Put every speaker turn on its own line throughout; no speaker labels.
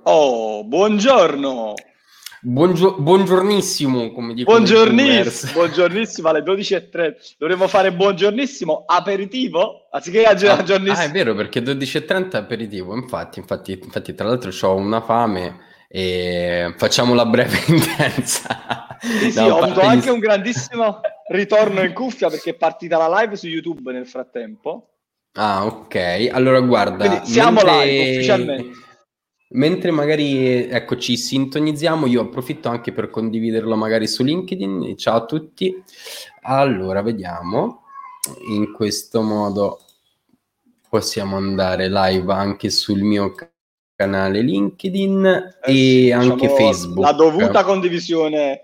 Oh, buongiorno!
Buongiornissimo, come dicono i boomers.
Buongiornissimo alle 12:30. Dovremmo fare buongiornissimo aperitivo anziché
È
giornissimo.
vero, perché 12:30 è aperitivo, infatti, tra l'altro ho una fame e facciamo la breve intensa.
Sì,
No, a
ho avuto
parte gli
anche un grandissimo ritorno in cuffia perché è partita la live su YouTube nel frattempo.
Ah, ok. Allora, guarda,
Quindi siamo live ufficialmente.
mentre magari, ecco, ci sintonizziamo, io approfitto anche per condividerlo magari su LinkedIn. Ciao a tutti. Allora, vediamo. In questo modo possiamo andare live anche sul mio canale LinkedIn
Sì,
e anche
diciamo la
Facebook.
dovuta condivisione.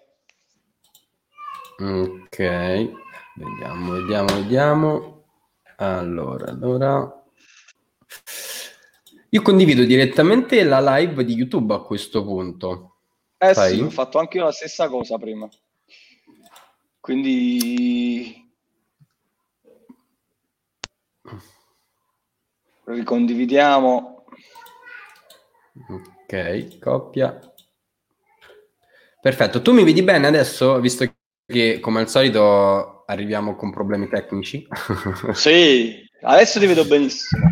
Ok, vediamo. Allora. Io condivido direttamente la live di YouTube a questo punto.
Sì, ho
Sai?
fatto anche io la stessa cosa prima. Quindi ricondividiamo.
Ok, coppia. Perfetto, tu mi vedi bene adesso, visto che come al solito arriviamo con problemi tecnici?
Sì, adesso ti vedo benissimo.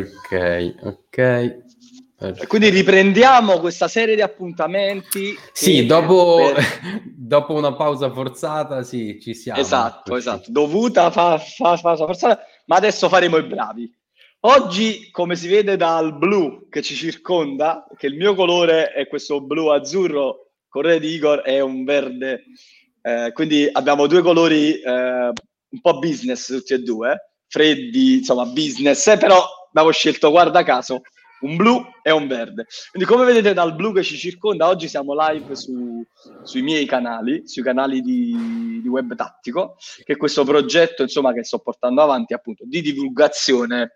Ok.
E quindi riprendiamo questa serie di appuntamenti
Sì,
che
dopo una pausa forzata, sì, ci siamo,
Esatto,
eccoci.
dovuta forzata, ma adesso faremo i bravi. Oggi, come si vede dal blu che ci circonda, che il mio colore è questo blu azzurro, colore di Igor è un verde, quindi abbiamo due colori un po' business tutti e due, freddi, insomma business, però abbiamo scelto, guarda caso, un blu e un verde. Quindi come vedete dal blu che ci circonda, oggi siamo live sui miei canali, sui canali di Web Tattico, che è questo progetto, insomma, che sto portando avanti appunto di divulgazione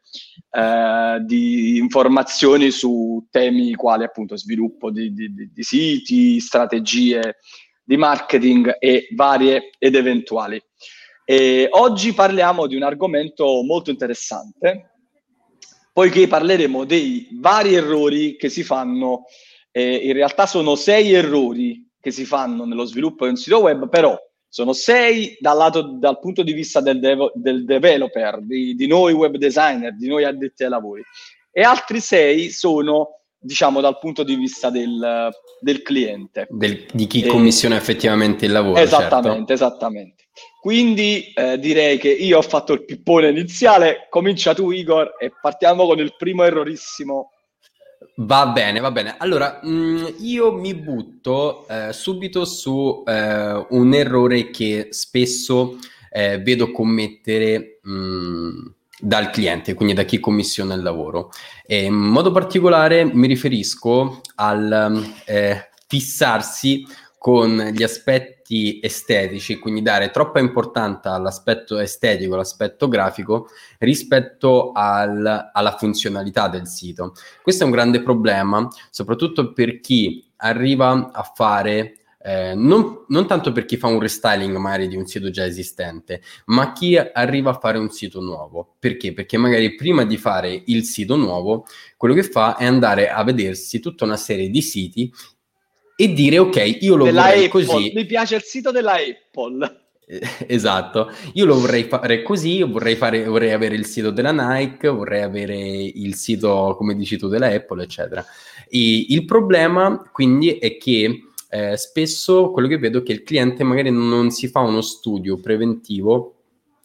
di informazioni su temi quali appunto sviluppo di siti, strategie di marketing e varie ed eventuali. E oggi parliamo di un argomento molto interessante, poiché parleremo dei vari errori che si fanno. In realtà sono 6 errori che si fanno nello sviluppo di un sito web, però sono 6 dal punto di vista del developer, di noi web designer, di noi addetti ai lavori, e altri 6 sono, diciamo, dal punto di vista del cliente.
Di chi commissiona effettivamente il lavoro, certo.
Esattamente. Quindi direi che io ho fatto il pippone iniziale, comincia tu Igor e partiamo con il primo errorissimo.
Va bene. Allora, io mi butto subito su un errore che spesso vedo commettere dal cliente, quindi da chi commissiona il lavoro. E in modo particolare mi riferisco al fissarsi con gli aspetti estetici, quindi dare troppa importanza all'aspetto estetico, all'aspetto grafico, rispetto alla funzionalità del sito. Questo è un grande problema, soprattutto per chi arriva a fare, non tanto per chi fa un restyling magari di un sito già esistente, ma chi arriva a fare un sito nuovo. Perché? Perché magari prima di fare il sito nuovo, quello che fa è andare a vedersi tutta una serie di siti e dire ok, io lo
Della
vorrei
Apple,
così.
mi piace il sito della Apple.
Esatto, io lo vorrei fare così, vorrei avere il sito della Nike, vorrei avere il sito, come dici tu, della Apple, eccetera. E il problema quindi è che spesso quello che vedo è che il cliente magari non si fa uno studio preventivo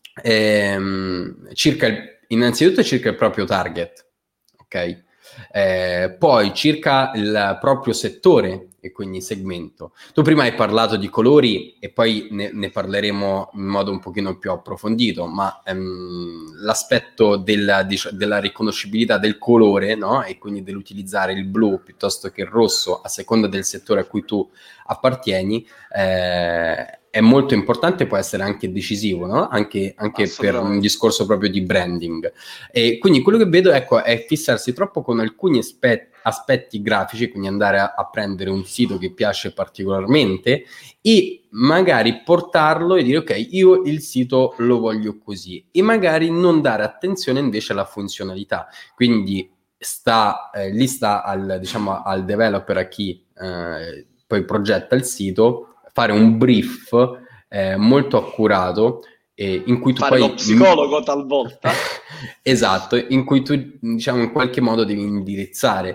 innanzitutto circa il proprio target, ok? Poi circa il proprio settore e quindi segmento. Tu prima hai parlato di colori e poi ne parleremo in modo un pochino più approfondito, ma l'aspetto della riconoscibilità del colore, no? E quindi dell'utilizzare il blu piuttosto che il rosso a seconda del settore a cui tu appartieni, è molto importante, può essere anche decisivo, no? Anche per un discorso proprio di branding. E quindi quello che vedo, ecco, è fissarsi troppo con alcuni aspetti grafici, quindi andare a prendere un sito che piace particolarmente e magari portarlo e dire ok, io il sito lo voglio così, e magari non dare attenzione invece alla funzionalità. Quindi lì sta al, diciamo, al developer, a chi poi progetta il sito, fare un brief molto accurato, in cui tu
Fare lo
poi
psicologo talvolta.
esatto, in cui tu, diciamo, in qualche modo devi indirizzare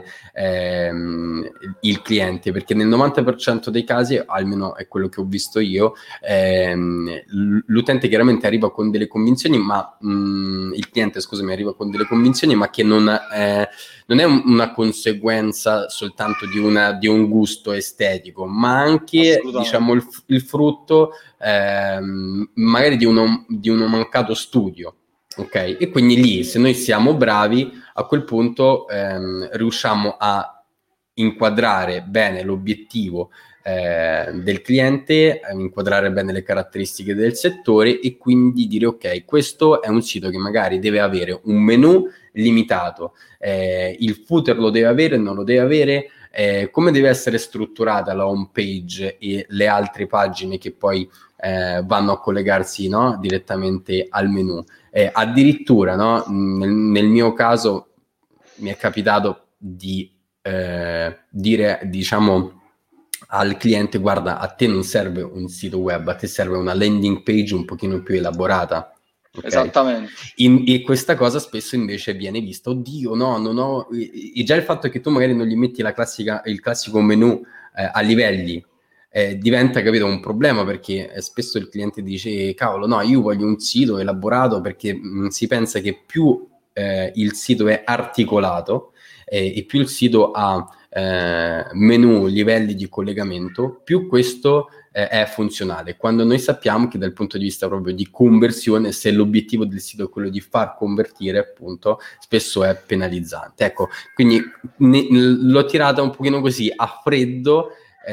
il cliente, perché nel 90% dei casi, almeno è quello che ho visto io, l'utente chiaramente arriva con delle convinzioni, ma il cliente, scusami, arriva con delle convinzioni, ma che non è una conseguenza soltanto di un gusto estetico, ma anche, diciamo, il frutto magari di uno mancato studio. Ok, e quindi lì, se noi siamo bravi, a quel punto riusciamo a inquadrare bene l'obiettivo del cliente, inquadrare bene le caratteristiche del settore, e quindi dire: ok, questo è un sito che magari deve avere un menu limitato, il footer lo deve avere, non lo deve avere, come deve essere strutturata la home page e le altre pagine che poi vanno a collegarsi, no, direttamente al menu. Addirittura, no, nel mio caso mi è capitato di dire, diciamo, al cliente: guarda, a te non serve un sito web, a te serve una landing page un pochino più elaborata. Okay?
Esattamente.
E questa cosa spesso invece viene vista: oddio, no, non ho... E già il fatto che tu magari non gli metti il classico menu a livelli, diventa, capito, un problema, perché spesso il cliente dice: cavolo, no, io voglio un sito elaborato, perché si pensa che più il sito è articolato e più il sito ha menu, livelli di collegamento, più questo è funzionale, quando noi sappiamo che dal punto di vista proprio di conversione, se l'obiettivo del sito è quello di far convertire, appunto, spesso è penalizzante. Ecco, quindi l'ho tirata un pochino così a freddo,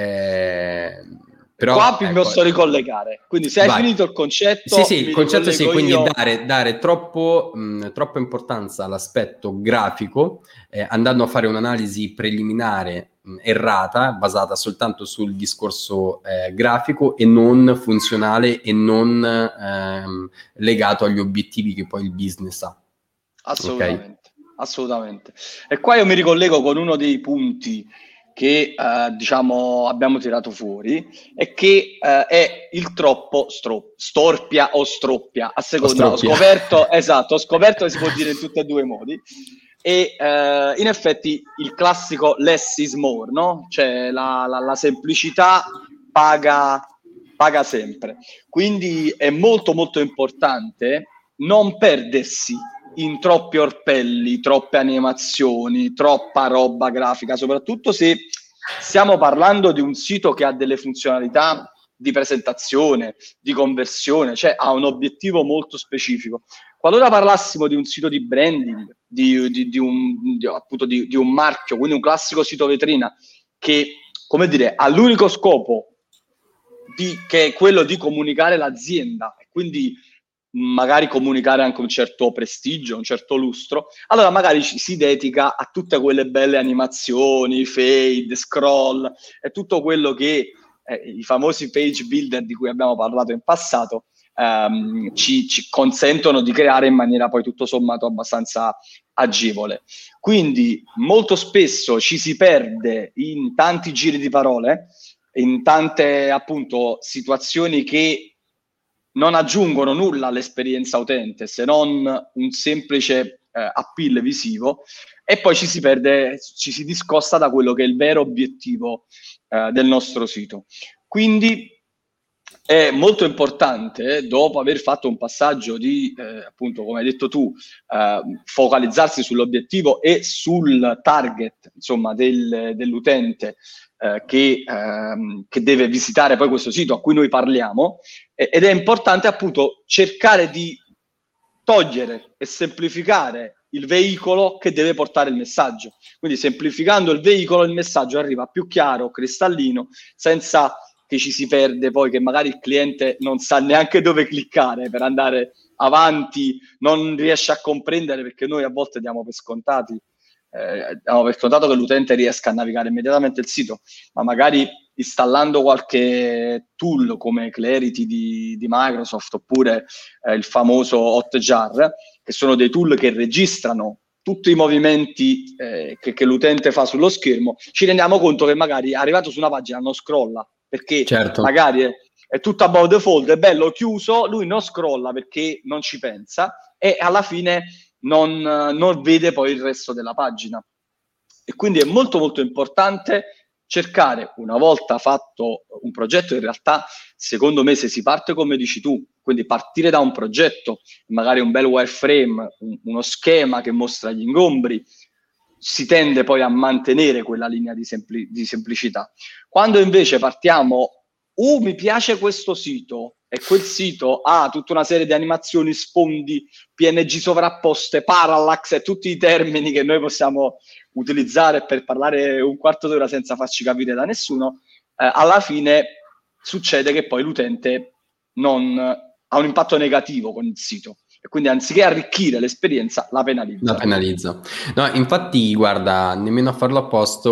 però
qua mi
ecco,
posso ricollegare, quindi se hai finito il concetto,
sì, il concetto sì, quindi
io.
dare troppa importanza all'aspetto grafico, andando a fare un'analisi preliminare errata, basata soltanto sul discorso grafico e non funzionale e non legato agli obiettivi che poi il business ha.
Assolutamente,
Okay?
assolutamente. E qua io mi ricollego con uno dei punti che diciamo abbiamo tirato fuori, e che è il troppo storpia o stroppia, a seconda. Ho scoperto che si può dire in tutti e due i modi. E in effetti il classico less is more, no? Cioè la semplicità paga sempre. Quindi è molto molto importante non perdersi in troppi orpelli, troppe animazioni, troppa roba grafica, soprattutto se stiamo parlando di un sito che ha delle funzionalità di presentazione, di conversione, cioè ha un obiettivo molto specifico. Qualora parlassimo di un sito di branding, di un marchio, quindi un classico sito vetrina che, come dire, ha l'unico scopo che è quello di comunicare l'azienda, e quindi magari comunicare anche un certo prestigio, un certo lustro, allora magari si dedica a tutte quelle belle animazioni, fade, scroll e tutto quello che i famosi page builder di cui abbiamo parlato in passato ci consentono di creare in maniera poi tutto sommato abbastanza agevole. Quindi molto spesso ci si perde in tanti giri di parole, in tante appunto situazioni che non aggiungono nulla all'esperienza utente, se non un semplice appeal visivo, e poi ci si perde, ci si discosta da quello che è il vero obiettivo del nostro sito. Quindi è molto importante, dopo aver fatto un passaggio di, appunto, come hai detto tu, focalizzarsi sull'obiettivo e sul target, insomma, dell'utente che deve visitare poi questo sito a cui noi parliamo, ed è importante appunto cercare di togliere e semplificare il veicolo che deve portare il messaggio. Quindi semplificando il veicolo, il messaggio arriva più chiaro, cristallino, senza che ci si perde poi, che magari il cliente non sa neanche dove cliccare per andare avanti, non riesce a comprendere, perché noi a volte diamo per scontato che l'utente riesca a navigare immediatamente il sito, ma magari installando qualche tool come Clarity di Microsoft, oppure il famoso Hotjar, che sono dei tool che registrano tutti i movimenti che l'utente fa sullo schermo, ci rendiamo conto che magari arrivato su una pagina non scrolla, perché magari è tutto above the fold, è bello chiuso, lui non scrolla perché non ci pensa e alla fine non vede poi il resto della pagina. E quindi è molto molto importante cercare, una volta fatto un progetto, in realtà secondo me se si parte come dici tu, quindi partire da un progetto, magari un bel wireframe, uno schema che mostra gli ingombri, si tende poi a mantenere quella linea di semplicità. Quando invece partiamo, mi piace questo sito, e quel sito ha tutta una serie di animazioni, sfondi, PNG sovrapposte, parallax e tutti i termini che noi possiamo utilizzare per parlare un quarto d'ora senza farci capire da nessuno, alla fine succede che poi l'utente ha un impatto negativo con il sito e quindi anziché arricchire l'esperienza la penalizza.
No, infatti guarda, nemmeno a farlo apposta,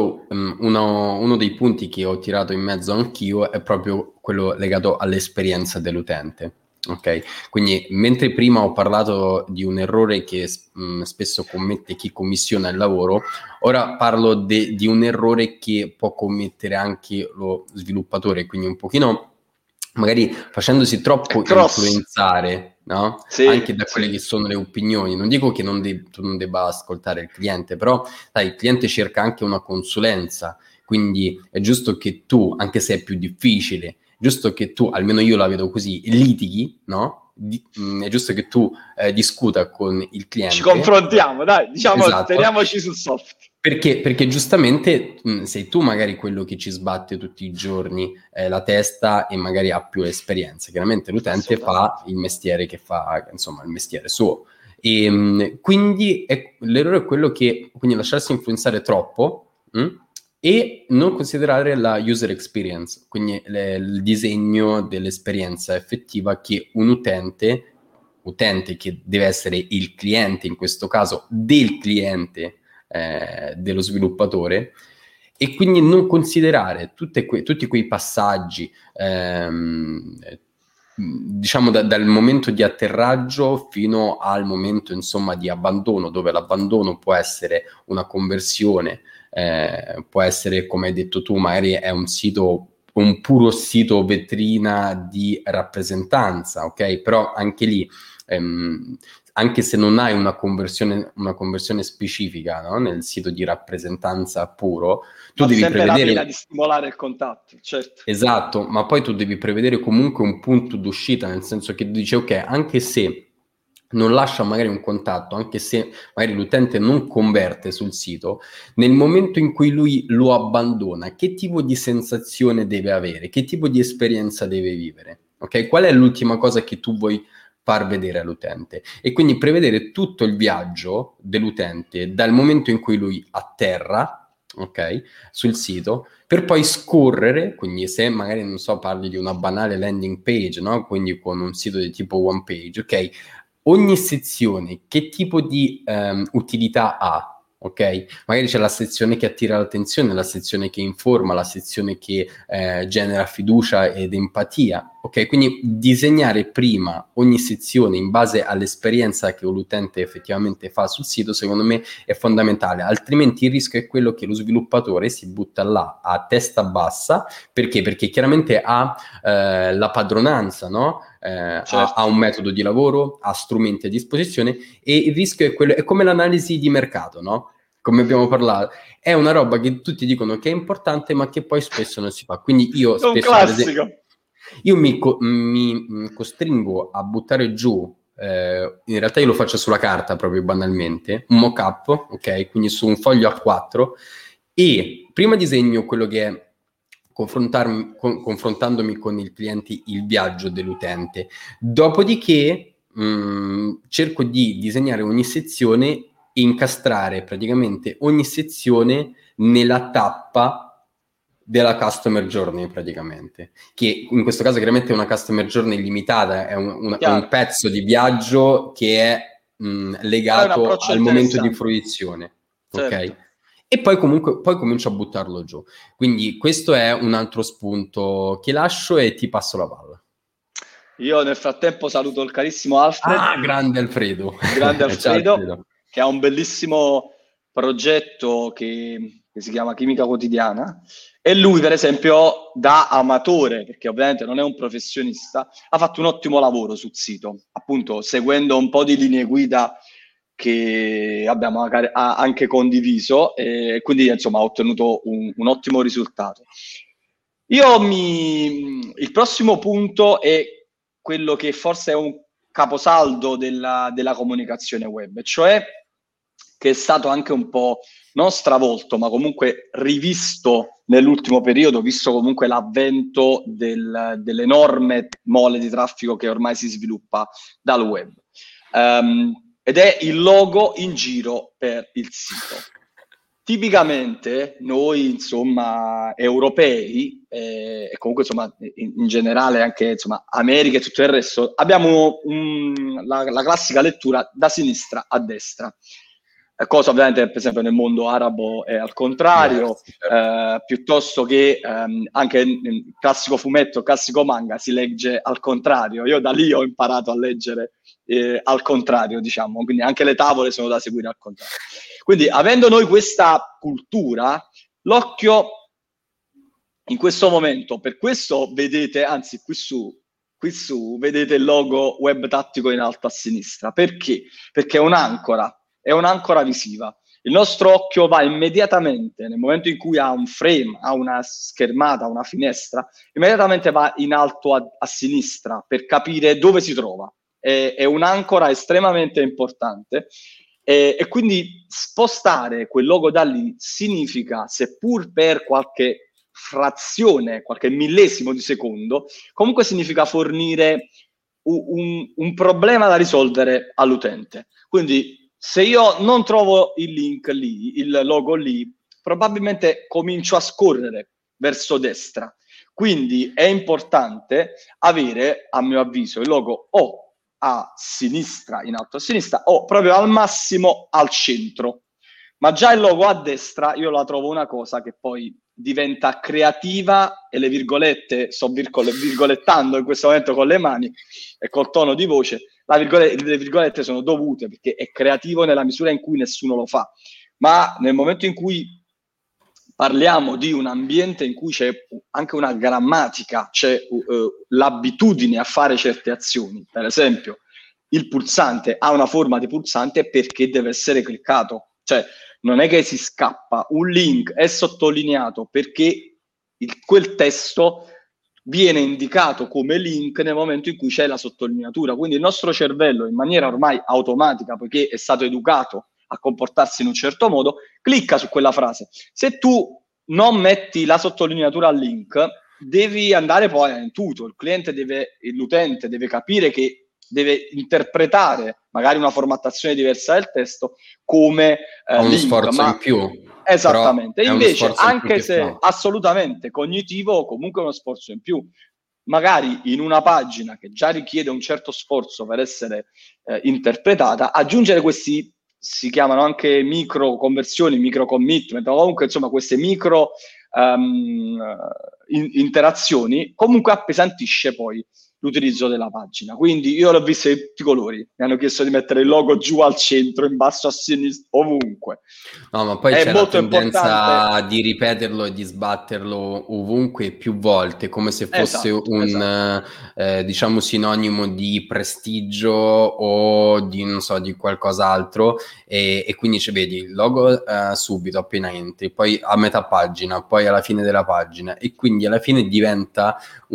uno dei punti che ho tirato in mezzo anch'io è proprio quello legato all'esperienza dell'utente. Ok, quindi mentre prima ho parlato di un errore che spesso commette chi commissiona il lavoro, ora parlo di un errore che può commettere anche lo sviluppatore, quindi un pochino magari facendosi troppo influenzare, no?
Sì,
anche da quelle che sono le opinioni. Non dico che tu non debba ascoltare il cliente, però sai, il cliente cerca anche una consulenza, quindi è giusto che tu, anche se è più difficile, giusto che tu, almeno io la vedo così, litighi, no? È giusto che tu discuta con il cliente.
Ci confrontiamo, dai, diciamo,
esatto.
Teniamoci sul soft.
Perché giustamente sei tu magari quello che ci sbatte tutti i giorni la testa e magari ha più esperienza. Chiaramente l'utente fa il mestiere che fa, insomma, il mestiere suo. E quindi l'errore è quello che, quindi lasciarsi influenzare troppo e non considerare la user experience, quindi il disegno dell'esperienza effettiva che un utente che deve essere il cliente, in questo caso del cliente, dello sviluppatore, e quindi non considerare tutti quei passaggi, diciamo dal momento di atterraggio fino al momento insomma di abbandono, dove l'abbandono può essere una conversione, può essere, come hai detto tu, magari è un puro sito vetrina di rappresentanza, ok? Però anche lì anche se non hai una conversione specifica, no? Nel sito di rappresentanza puro, tu devi prevedere
la pena di stimolare il contatto, certo.
Esatto, ma poi tu devi prevedere comunque un punto d'uscita, nel senso che dici ok, anche se non lascia magari un contatto, anche se magari l'utente non converte sul sito, nel momento in cui lui lo abbandona, che tipo di sensazione deve avere? Che tipo di esperienza deve vivere? Ok? Qual è l'ultima cosa che tu vuoi far vedere all'utente? E quindi prevedere tutto il viaggio dell'utente dal momento in cui lui atterra, ok, sul sito, per poi scorrere, quindi se magari, non so, parli di una banale landing page, no? Quindi con un sito di tipo one page, ok? Ogni sezione che tipo di utilità ha, ok? Magari c'è la sezione che attira l'attenzione, la sezione che informa, la sezione che genera fiducia ed empatia, ok? Quindi disegnare prima ogni sezione in base all'esperienza che l'utente effettivamente fa sul sito, secondo me è fondamentale, altrimenti il rischio è quello che lo sviluppatore si butta là a testa bassa, perché? Perché chiaramente ha la padronanza, no?
Certo.
Ha un metodo di lavoro, ha strumenti a disposizione e il rischio è quello, è come l'analisi di mercato, no? Come abbiamo parlato, è una roba che tutti dicono che è importante ma che poi spesso non si fa, quindi io spesso, ad esempio, io mi costringo a buttare giù, in realtà io lo faccio sulla carta proprio banalmente, un mock-up, ok? Quindi su un foglio A4 e prima disegno quello che è confrontandomi con il cliente il viaggio dell'utente, dopodiché cerco di disegnare ogni sezione e incastrare praticamente ogni sezione nella tappa della customer journey, praticamente, che in questo caso chiaramente è una customer journey limitata, è un pezzo di viaggio che è legato al momento di fruizione, certo. Ok? E poi comunque comincio a buttarlo giù. Quindi questo è un altro spunto che lascio e ti passo la palla.
Io nel frattempo saluto il carissimo Alfred.
Grande Alfredo.
Grande Alfredo. che ha un bellissimo progetto che si chiama Chimica Quotidiana, e lui, per esempio, da amatore, perché ovviamente non è un professionista, ha fatto un ottimo lavoro sul sito, appunto seguendo un po' di linee guida che abbiamo anche condiviso, e quindi insomma ha ottenuto un ottimo risultato. Il prossimo punto è quello che forse è un caposaldo della comunicazione web, cioè che è stato anche un po' non stravolto, ma comunque rivisto nell'ultimo periodo, visto comunque l'avvento dell'enorme mole di traffico che ormai si sviluppa dal web. Ed è il logo in giro per il sito. Tipicamente noi, insomma, europei, e comunque, insomma, in generale anche, insomma, America e tutto il resto, abbiamo la classica lettura da sinistra a destra. Cosa ovviamente, per esempio, nel mondo arabo è al contrario, certo. Piuttosto che anche nel classico fumetto, classico manga, si legge al contrario. Io da lì ho imparato a leggere al contrario, diciamo, quindi anche le tavole sono da seguire al contrario. Quindi, avendo noi questa cultura, l'occhio in questo momento, per questo vedete, anzi qui su vedete il logo Web Tattico in alto a sinistra. Perché? Perché è un'ancora visiva. Il nostro occhio va immediatamente, nel momento in cui ha un frame, ha una schermata, una finestra, immediatamente va in alto a sinistra per capire dove si trova. È un'ancora estremamente importante. E quindi spostare quel logo da lì significa, seppur per qualche frazione, qualche millesimo di secondo, comunque significa fornire un problema da risolvere all'utente. Quindi se io non trovo il link lì, il logo lì, probabilmente comincio a scorrere verso destra. Quindi è importante avere, a mio avviso, il logo o a sinistra, in alto a sinistra, o proprio al massimo al centro. Ma già il logo a destra io la trovo una cosa che poi diventa creativa, e le virgolette, sto virgolettando in questo momento con le mani e col tono di voce, le virgolette sono dovute perché è creativo nella misura in cui nessuno lo fa. Ma nel momento in cui parliamo di un ambiente in cui c'è anche una grammatica, c'è l'abitudine a fare certe azioni, per esempio il pulsante ha una forma di pulsante perché deve essere cliccato, cioè non è che si scappa, un link è sottolineato perché quel testo viene indicato come link nel momento in cui c'è la sottolineatura. Quindi il nostro cervello, in maniera ormai automatica, poiché è stato educato a comportarsi in un certo modo, clicca su quella frase. Se tu non metti la sottolineatura al link, devi andare poi a intuito. L'utente deve capire che deve interpretare magari una formattazione diversa del testo come
uno link, sforzo in più.
Esattamente. Invece, anche se assolutamente cognitivo, comunque uno sforzo in più. Magari in una pagina che già richiede un certo sforzo per essere interpretata, aggiungere questi, si chiamano anche micro conversioni, micro commitment, o comunque insomma queste micro interazioni, comunque appesantisce poi l'utilizzo della pagina. Quindi io l'ho visto di tutti i colori, mi hanno chiesto di mettere il logo giù al centro, in basso a sinistra, ovunque.
No, ma poi c'è la tendenza di ripeterlo e di sbatterlo ovunque più volte, come se fosse diciamo sinonimo di prestigio o di, non so, di qualcos'altro, e quindi vedi il logo subito appena entri, poi a metà pagina, poi alla fine della pagina, e quindi alla fine diventa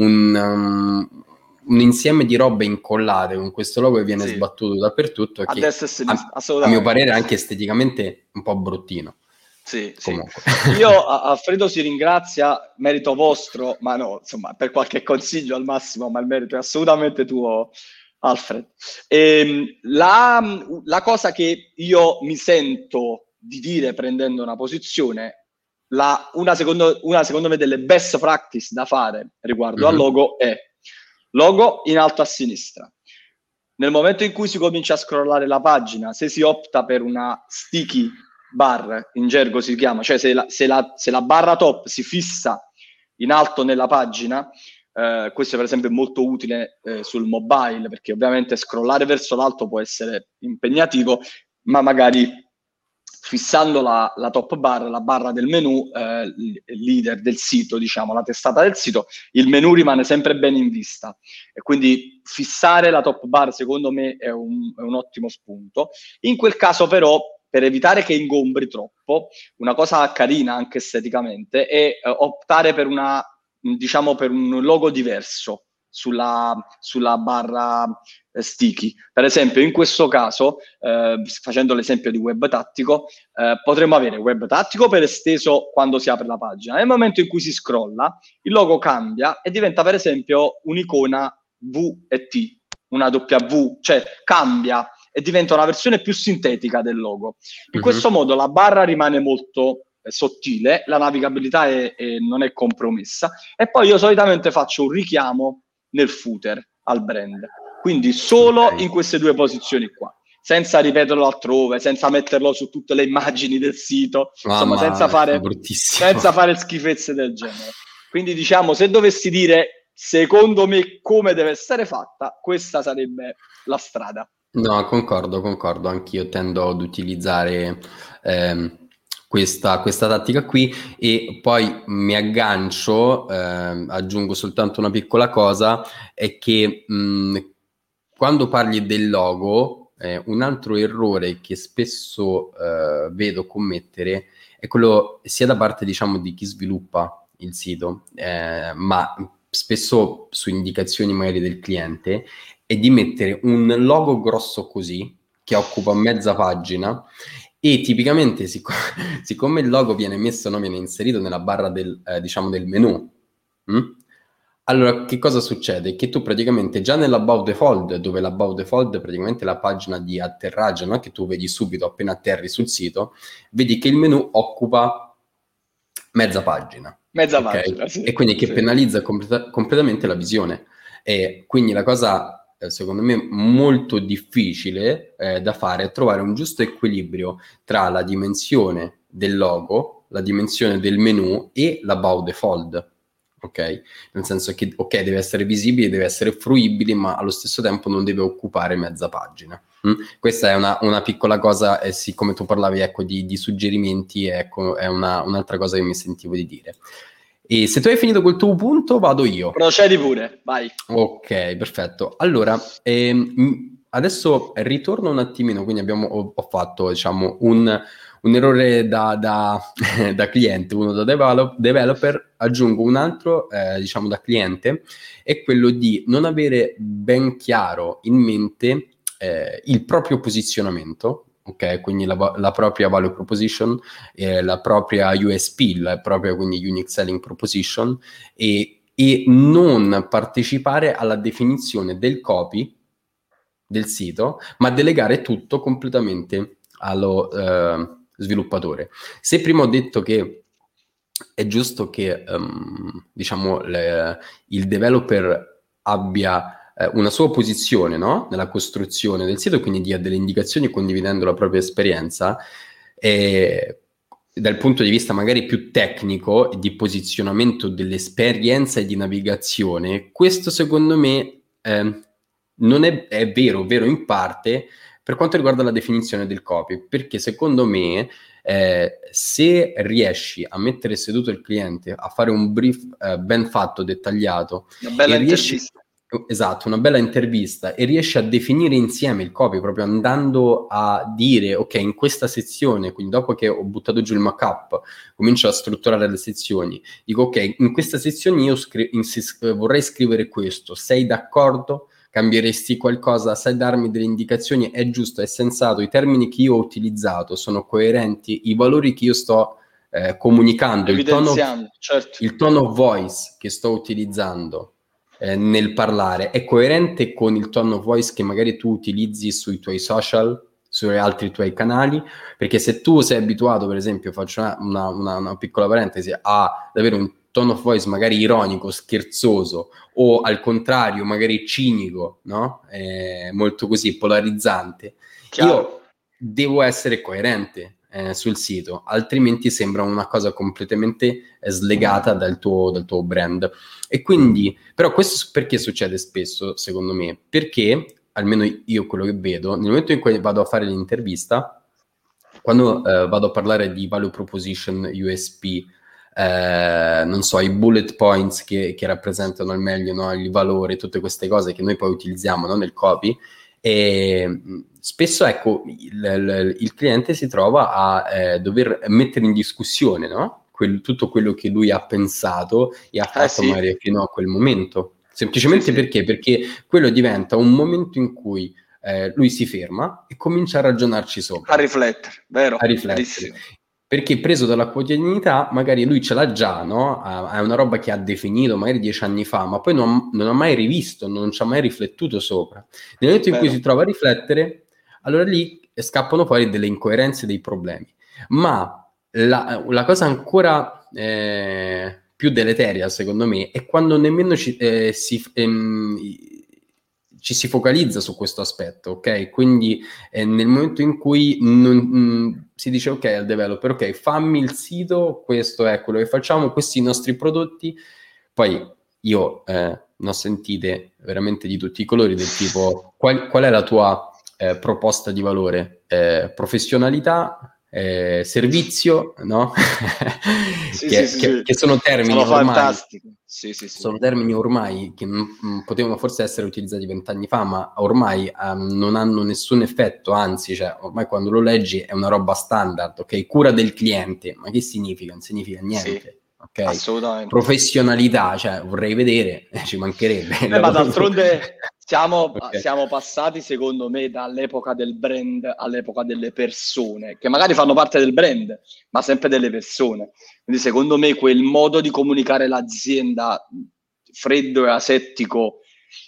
un insieme di robe incollate con questo logo che viene sbattuto dappertutto,
a
che
destra e sinistra,
a mio parere anche esteticamente un po' bruttino.
Sì. Io Alfredo si ringrazia, merito vostro, ma no, insomma, per qualche consiglio al massimo, ma il merito è assolutamente tuo, Alfred. La cosa che io mi sento di dire prendendo una posizione, una secondo me delle best practice da fare riguardo al logo è logo in alto a sinistra. Nel momento in cui si comincia a scrollare la pagina, se si opta per una sticky bar, in gergo si chiama, cioè se la barra top si fissa in alto nella pagina, questo per esempio è molto utile sul mobile, perché ovviamente scrollare verso l'alto può essere impegnativo. ma magari fissando la top bar, la barra del menu, il leader del sito, diciamo, la testata del sito, il menu rimane sempre bene in vista. E quindi fissare la top bar, secondo me, è un ottimo spunto. In quel caso, però, per evitare che ingombri troppo, una cosa carina anche esteticamente è optare per per un logo diverso sulla barra sticky. Per esempio, in questo caso, facendo l'esempio di web tattico, potremmo avere web tattico per esteso quando si apre la pagina. Nel momento in cui si scrolla, il logo cambia e diventa, per esempio, un'icona V e T, una W, cioè cambia e diventa una versione più sintetica del logo. In questo modo la barra rimane molto sottile, la navigabilità non è compromessa, e poi io solitamente faccio un richiamo nel footer al brand, quindi solo in queste due posizioni qua, senza ripeterlo altrove, senza metterlo su tutte le immagini del sito, insomma senza fare schifezze del genere. Quindi diciamo, se dovessi dire secondo me come deve essere fatta, questa sarebbe la strada.
No, concordo, anch'io tendo ad utilizzare questa tattica qui, e poi mi aggancio, aggiungo soltanto una piccola cosa, è che quando parli del logo, un altro errore che spesso vedo commettere è quello sia da parte, diciamo, di chi sviluppa il sito, ma spesso su indicazioni magari del cliente, è di mettere un logo grosso così, che occupa mezza pagina, e tipicamente siccome il logo viene messo, no, viene inserito nella barra diciamo del menu, allora che cosa succede? Che tu praticamente già nell'About the Fold, dove l'About the Fold è praticamente la pagina di atterraggio, no? Che tu vedi subito appena atterri sul sito, vedi che il menu occupa mezza pagina.
Pagina, sì,
e quindi che penalizza completamente la visione. E quindi la cosa, secondo me, molto difficile da fare è trovare un giusto equilibrio tra la dimensione del logo, la dimensione del menu e l'About the Fold. Ok? Nel senso che, ok, deve essere visibile, deve essere fruibile, ma allo stesso tempo non deve occupare mezza pagina. Questa è una piccola cosa, siccome tu parlavi, ecco, di suggerimenti, ecco, è un'altra cosa che mi sentivo di dire. E se tu hai finito col tuo punto, vado io.
Procedi pure, vai.
Ok, perfetto. Allora, adesso ritorno un attimino, quindi ho fatto, diciamo, un errore da cliente, uno da developer, aggiungo un altro, diciamo, da cliente, è quello di non avere ben chiaro in mente il proprio posizionamento, ok? Quindi la propria value proposition, la propria USP, la propria, quindi unique selling proposition, e non partecipare alla definizione del copy del sito, ma delegare tutto completamente allo sviluppatore. Se prima ho detto che è giusto che diciamo il developer abbia una sua posizione, no? Nella costruzione del sito, quindi dia delle indicazioni condividendo la propria esperienza, dal punto di vista magari più tecnico, di posizionamento dell'esperienza e di navigazione, questo secondo me non è vero in parte per quanto riguarda la definizione del copy, perché secondo me se riesci a mettere seduto il cliente a fare un brief ben fatto, dettagliato,
una bella intervista.
Esatto, una bella intervista, e riesci a definire insieme il copy, proprio andando a dire, ok, in questa sezione, quindi dopo che ho buttato giù il markup, comincio a strutturare le sezioni, dico ok, in questa sezione io vorrei scrivere questo, sei d'accordo? Cambieresti qualcosa? Sai darmi delle indicazioni? È giusto, è sensato, i termini che io ho utilizzato sono coerenti, i valori che io sto comunicando, il tone of voice che sto utilizzando nel parlare è coerente con il tone of voice che magari tu utilizzi sui tuoi social, sui altri tuoi canali, perché se tu sei abituato, per esempio, faccio una piccola parentesi, ad avere un tone of voice magari ironico, scherzoso, o al contrario magari cinico, no? Molto così polarizzante,
Chiaro.
Io devo essere coerente sul sito, altrimenti sembra una cosa completamente slegata dal tuo brand. E quindi, però questo perché succede spesso, secondo me? Perché almeno io quello che vedo, nel momento in cui vado a fare l'intervista, quando vado a parlare di value proposition, USP, non so, i bullet points che rappresentano al meglio, no, il valore, tutte queste cose che noi poi utilizziamo, no, nel copy, e spesso, ecco, il cliente si trova a dover mettere in discussione, no? Tutto quello che lui ha pensato e ha fatto
sì.
magari fino a quel momento. Semplicemente
Sì.
Perché quello diventa un momento in cui lui si ferma e comincia a ragionarci sopra.
A riflettere, vero?
A riflettere.
Verissimo.
Perché preso dalla quotidianità, magari lui ce l'ha già, no? È una roba che ha definito magari 10 anni fa, ma poi non ha mai rivisto, non ci ha mai riflettuto sopra. Nel momento in cui si trova a riflettere, allora lì scappano fuori delle incoerenze, dei problemi. Ma la cosa ancora più deleteria, secondo me, è quando nemmeno ci si focalizza su questo aspetto, ok? Quindi nel momento in cui si dice ok al developer, ok, fammi il sito, questo è quello che facciamo, questi i nostri prodotti, poi io ne ho sentite veramente di tutti i colori, del tipo qual è la tua proposta di valore? Professionalità, servizio, no? Che sono termini
sono
ormai
fantastici. Sì.
Sono termini ormai che potevano forse essere utilizzati 20 anni fa, ma ormai non hanno nessun effetto, anzi, cioè, ormai quando lo leggi è una roba standard, ok? Cura del cliente, ma che significa? Non significa niente.
Sì,
okay?
assolutamente.
Professionalità, cioè vorrei vedere, ci mancherebbe.
Ma d'altronde siamo passati, secondo me, dall'epoca del brand all'epoca delle persone, che magari fanno parte del brand, ma sempre delle persone. Quindi secondo me quel modo di comunicare l'azienda freddo e asettico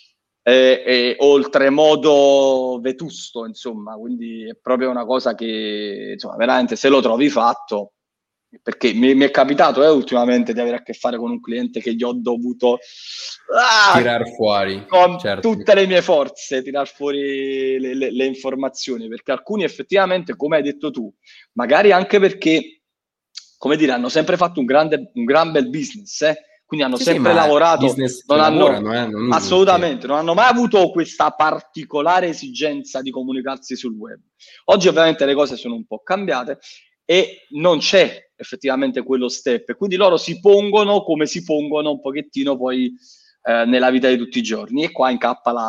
è oltremodo vetusto, insomma, quindi è proprio una cosa che, insomma, veramente se lo trovi fatto, perché mi è capitato ultimamente di avere a che fare con un cliente che gli ho dovuto
tirar fuori
con tutte le mie forze, tirar fuori le informazioni, perché alcuni effettivamente, come hai detto tu, magari anche perché, come dire, hanno sempre fatto un gran bel business, quindi hanno sempre lavorato, non hanno assolutamente, non hanno mai avuto questa particolare esigenza di comunicarsi sul web. Oggi ovviamente le cose sono un po' cambiate e non c'è effettivamente quello step, quindi loro si pongono come si pongono un pochettino poi nella vita di tutti i giorni, e qua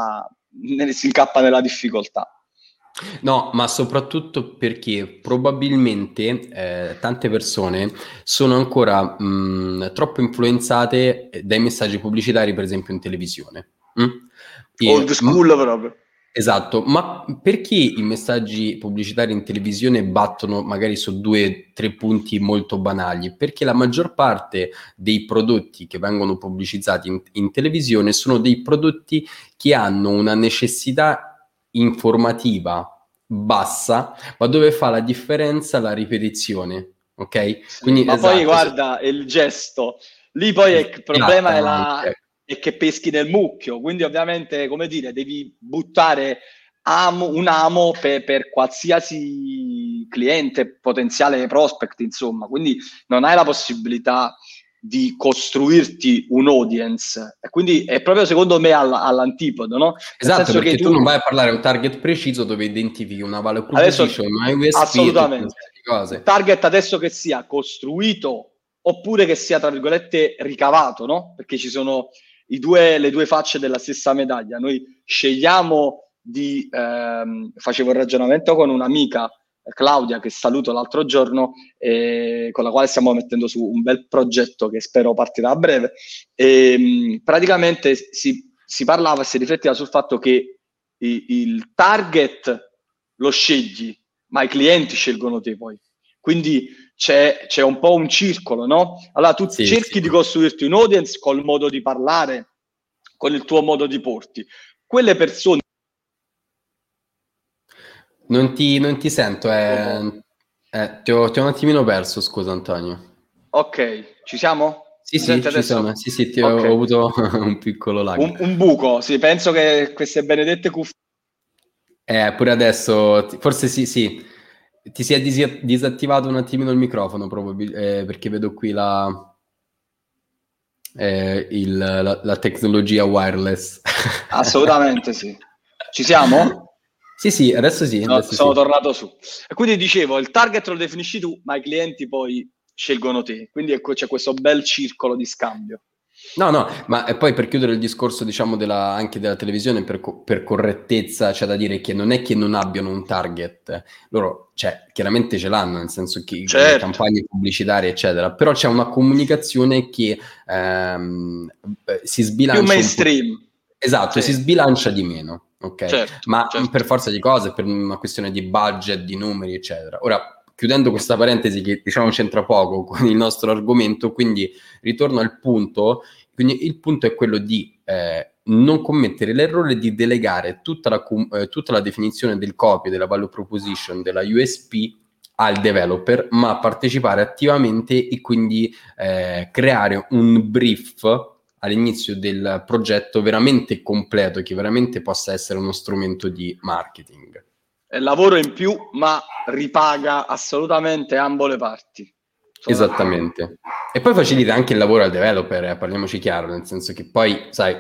si incappa nella difficoltà.
No, ma soprattutto perché probabilmente tante persone sono ancora troppo influenzate dai messaggi pubblicitari, per esempio in televisione.
Old school proprio.
Esatto, ma perché i messaggi pubblicitari in televisione battono magari su 2-3 punti molto banali? Perché la maggior parte dei prodotti che vengono pubblicizzati in televisione sono dei prodotti che hanno una necessità informativa bassa, ma dove fa la differenza la ripetizione, ok?
Sì,
quindi
ma poi guarda il gesto, lì poi il problema è che peschi nel mucchio, quindi ovviamente, come dire, devi buttare un amo per qualsiasi cliente, potenziale prospect, insomma, quindi non hai la possibilità di costruirti un audience, e quindi è proprio secondo me all'antipodo, no?
Esatto, perché tu non vai a parlare a un target preciso dove identifichi una value proposition, una USP,
assolutamente,
cose.
un target adesso che sia costruito oppure che sia, tra virgolette, ricavato, no? Perché ci sono le due facce della stessa medaglia. Noi scegliamo facevo il ragionamento con un'amica, Claudia, che saluto l'altro giorno, con la quale stiamo mettendo su un bel progetto che spero partirà a breve, e praticamente si parlava e si rifletteva sul fatto che il target lo scegli, ma i clienti scelgono te poi. Quindi c'è un po' un circolo, no? Allora tu cerchi di costruirti un audience col modo di parlare, con il tuo modo di porti. Quelle persone...
Non ti sento, ti ho un attimino perso, scusa Antonio.
Ok, ci siamo?
Sì, ci sono. Sì, ho avuto un piccolo lag.
Un buco, sì, penso che queste benedette cuffie...
Pure adesso, forse sì, ti si è disattivato un attimino il microfono, perché vedo qui la tecnologia wireless.
Assolutamente sì. Ci siamo?
Sì, adesso sì.
No,
Adesso
sono
sì.
tornato su. E quindi dicevo, il target lo definisci tu, ma i clienti poi scelgono te. Quindi ecco, c'è questo bel circolo di scambio.
No, ma e poi per chiudere il discorso, diciamo, anche della televisione, per correttezza, c'è da dire che non è che non abbiano un target, loro, cioè, chiaramente ce l'hanno, nel senso che le
Certo,
campagne pubblicitarie, eccetera, però c'è una comunicazione che si
più
sbilancia un po'.
mainstream.
Esatto, si
Sì,
sbilancia di meno, ok?
certo,
Ma per
certo.
forza di cose, per una questione di budget, di numeri, eccetera. Ora, chiudendo questa parentesi che diciamo c'entra poco con il nostro argomento, quindi ritorno al punto. Quindi il punto è quello di non commettere l'errore di delegare tutta la definizione del copy, della value proposition, della USP al developer, ma partecipare attivamente e quindi creare un brief all'inizio del progetto veramente completo, che veramente possa essere uno strumento di marketing.
È lavoro in più, ma ripaga assolutamente ambo le parti. Sono
Esattamente. E poi facilita anche il lavoro al developer, parliamoci chiaro, nel senso che poi, sai,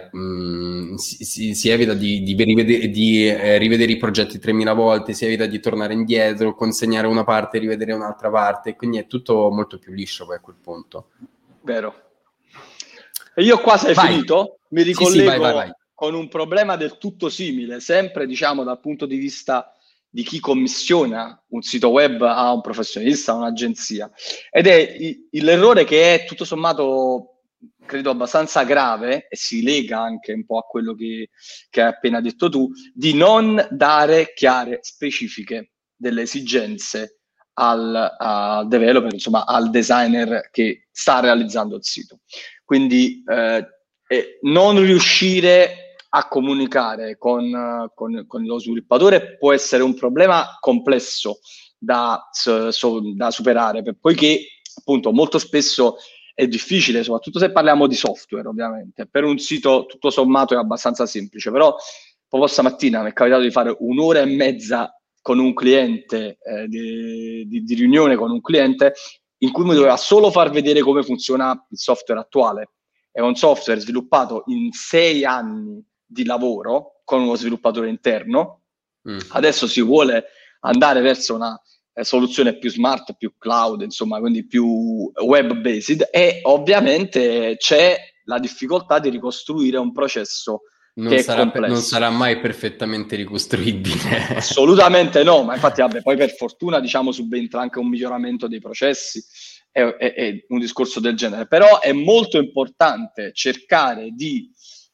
si evita di rivedere i progetti 3000 volte, si evita di tornare indietro, consegnare una parte e rivedere un'altra parte, quindi è tutto molto più liscio poi a quel punto.
vero. E io qua, se hai
Vai.
finito, mi
Sì, vai.
ricollego con un problema del tutto simile, sempre diciamo dal punto di vista di chi commissiona un sito web a un professionista, a un'agenzia, ed è l'errore che è tutto sommato, credo, abbastanza grave, e si lega anche un po' a quello che hai appena detto tu, di non dare chiare specifiche delle esigenze al developer, insomma al designer che sta realizzando il sito. Quindi non riuscire a comunicare con lo sviluppatore può essere un problema complesso da superare, poiché appunto molto spesso è difficile, soprattutto se parliamo di software, ovviamente. Per un sito tutto sommato è abbastanza semplice, però proprio stamattina mi è capitato di fare un'ora e mezza con un cliente, di riunione con un cliente, in cui mi doveva solo far vedere come funziona il software attuale. È un software sviluppato in 6 anni di lavoro con uno sviluppatore interno. Adesso si vuole andare verso una soluzione più smart, più cloud, insomma, quindi più web-based, e ovviamente c'è la difficoltà di ricostruire un processo che è
Non
complesso.
sarà mai perfettamente ricostruibile.
Assolutamente no, ma infatti vabbè, poi per fortuna diciamo subentra anche un miglioramento dei processi e un discorso del genere, però è molto importante cercare di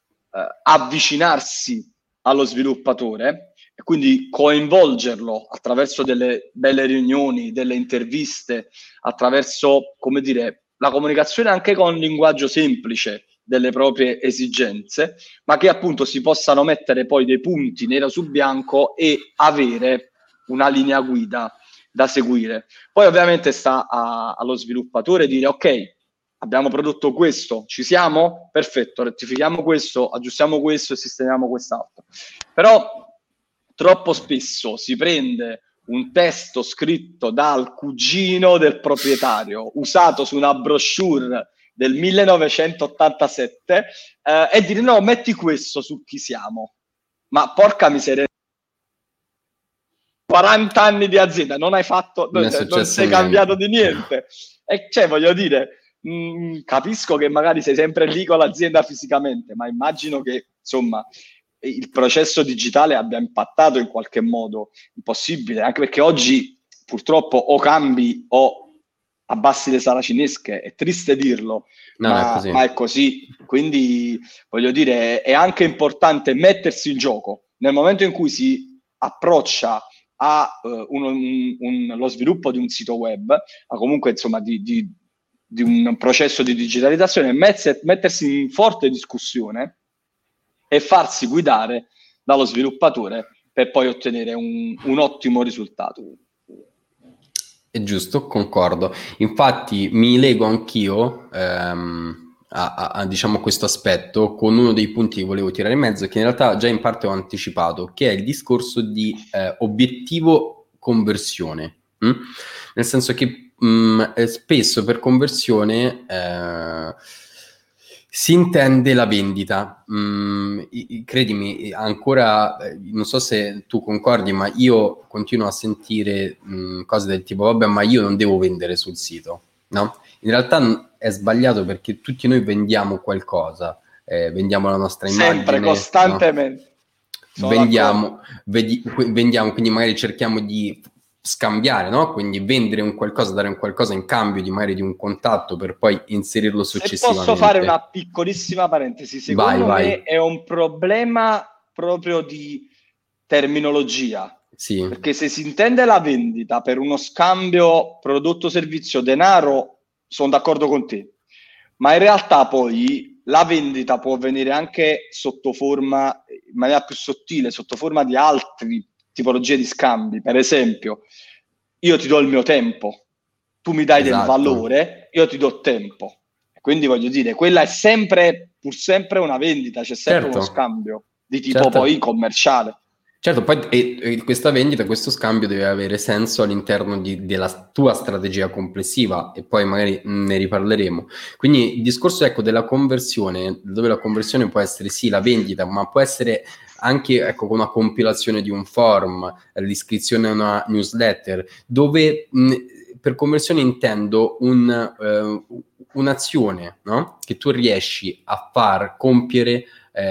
avvicinarsi allo sviluppatore e quindi coinvolgerlo attraverso delle belle riunioni, delle interviste, attraverso, come dire, la comunicazione anche con linguaggio semplice delle proprie esigenze, ma che appunto si possano mettere poi dei punti nero su bianco e avere una linea guida da seguire. Poi ovviamente sta allo sviluppatore dire ok, abbiamo prodotto questo, ci siamo? Perfetto, rettifichiamo questo, aggiustiamo questo e sistemiamo quest'altro. Però troppo spesso si prende un testo scritto dal cugino del proprietario, usato su una brochure del 1987, e dire no, metti questo su chi siamo. Ma porca miseria, 40 anni di azienda, non hai fatto,
Non è
non
successo
sei cambiato
niente.
di niente. E cioè, voglio dire, capisco che magari sei sempre lì con l'azienda fisicamente, ma immagino che, insomma, il processo digitale abbia impattato in qualche modo il possibile, anche perché oggi purtroppo o cambi o abbassi le saracinesche, è triste dirlo,
No, è
ma
così.
è così. Quindi, voglio dire, è anche importante mettersi in gioco. Nel momento in cui si approccia a lo sviluppo di un sito web, a comunque insomma di un processo di digitalizzazione, mettersi in forte discussione e farsi guidare dallo sviluppatore per poi ottenere un ottimo risultato.
È giusto, concordo. Infatti mi lego anch'io diciamo questo aspetto con uno dei punti che volevo tirare in mezzo, che in realtà già in parte ho anticipato, che è il discorso di obiettivo conversione. Nel senso che spesso per conversione Si intende la vendita. Credimi, ancora, non so se tu concordi, ma io continuo a sentire cose del tipo, vabbè, ma io non devo vendere sul sito, no? In realtà è sbagliato perché tutti noi vendiamo qualcosa, vendiamo la nostra
Sempre,
immagine, no?
costantemente.
Vendiamo, quindi magari cerchiamo di scambiare, no? Quindi vendere un qualcosa, dare un qualcosa in cambio di magari di un contatto per poi inserirlo
Se
successivamente.
posso fare una piccolissima parentesi, secondo
Vai.
me è un problema proprio di terminologia.
Sì.
Perché se si intende la vendita per uno scambio prodotto, servizio, denaro, sono d'accordo con te. Ma in realtà poi la vendita può avvenire anche sotto forma, in maniera più sottile, sotto forma di altre tipologie di scambi. Per esempio, io ti do il mio tempo, tu mi dai del valore, io ti do tempo. Quindi voglio dire, quella è sempre, pur sempre una vendita, c'è sempre uno scambio di tipo poi commerciale.
Certo, poi questa vendita, questo scambio deve avere senso all'interno della tua strategia complessiva e poi magari ne riparleremo. Quindi il discorso, ecco, della conversione, dove la conversione può essere sì la vendita, ma può essere anche, ecco, una compilazione di un form, l'iscrizione a una newsletter, dove per conversione intendo un'azione, no? Che tu riesci a far compiere